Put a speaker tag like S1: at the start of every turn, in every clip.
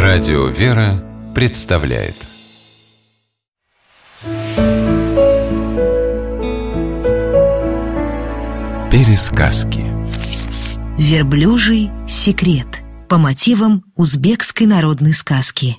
S1: Радио «Вера» представляет Пересказки.
S2: Верблюжий секрет по мотивам узбекской народной сказки.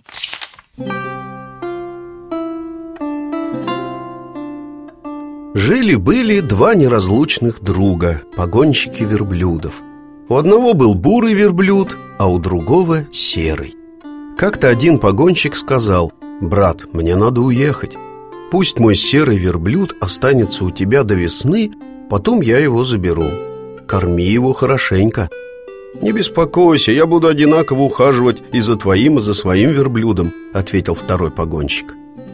S3: Жили-были два неразлучных друга, погонщики верблюдов. У одного был бурый верблюд, а у другого серый. Как-то один погонщик сказал: «Брат, мне надо уехать. Пусть мой серый верблюд останется у тебя до весны, потом я его заберу. Корми его хорошенько». «Не беспокойся, я буду одинаково ухаживать и за твоим, и за своим верблюдом», — ответил второй погонщик.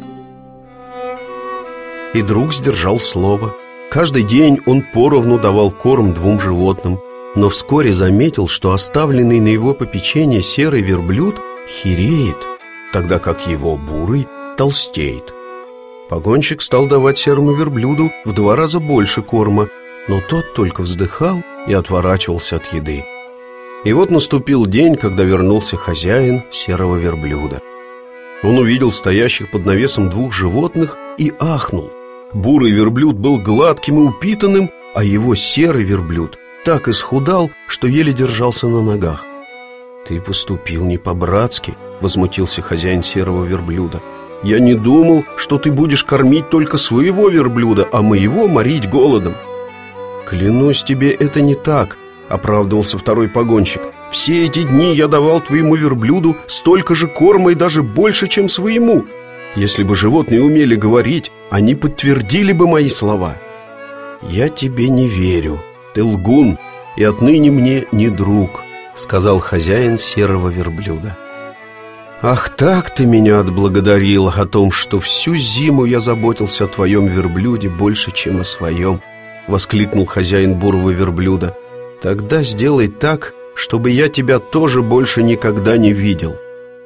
S3: И друг сдержал слово. Каждый день он поровну давал корм двум животным, но вскоре заметил, что оставленный на его попечение серый верблюд хиреет, тогда как его бурый толстеет. Погонщик стал давать серому верблюду в 2 раза больше корма, но тот только вздыхал и отворачивался от еды. И вот наступил день, когда вернулся хозяин серого верблюда. Он увидел стоящих под навесом 2 животных и ахнул. Бурый верблюд был гладким и упитанным, а его серый верблюд так исхудал, что еле держался на ногах. «Ты поступил не по-братски», — возмутился хозяин серого верблюда. «Я не думал, что ты будешь кормить только своего верблюда, а моего морить голодом». «Клянусь тебе, это не так», — оправдывался второй погонщик. «Все эти дни я давал твоему верблюду столько же корма и даже больше, чем своему. Если бы животные умели говорить, они подтвердили бы мои слова». «Я тебе не верю. Ты лгун, и отныне мне не друг», — сказал хозяин серого верблюда. «Ах, так ты меня отблагодарил о том, что всю зиму я заботился о твоем верблюде больше, чем о своем», — воскликнул хозяин бурого верблюда. «Тогда сделай так, чтобы я тебя тоже больше никогда не видел».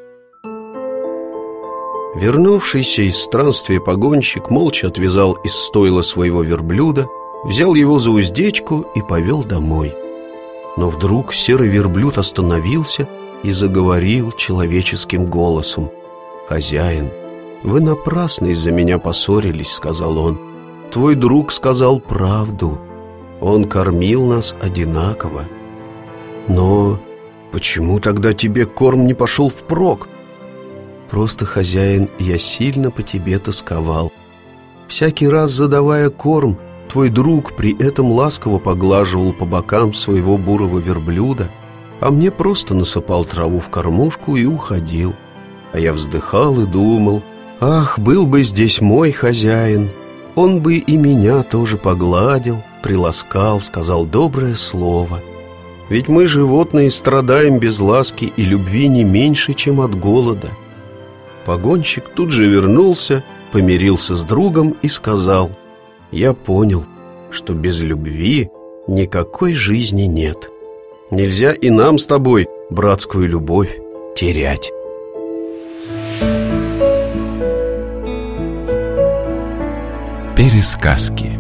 S3: Вернувшийся из странствия погонщик молча отвязал из стойла своего верблюда, взял его за уздечку и повел домой. Но вдруг серый верблюд остановился и заговорил человеческим голосом. «Хозяин, вы напрасно из-за меня поссорились», — сказал он. «Твой друг сказал правду. Он кормил нас одинаково». «Но почему тогда тебе корм не пошел впрок?» «Просто, хозяин, я сильно по тебе тосковал. Всякий раз, задавая корм, твой друг при этом ласково поглаживал по бокам своего бурого верблюда, а мне просто насыпал траву в кормушку и уходил. А я вздыхал и думал: ах, был бы здесь мой хозяин, он бы и меня тоже погладил, приласкал, сказал доброе слово. Ведь мы, животные, страдаем без ласки и любви не меньше, чем от голода». Погонщик тут же вернулся, помирился с другом и сказал: «Я понял, что без любви никакой жизни нет. Нельзя и нам с тобой братскую любовь терять».
S1: Пересказки.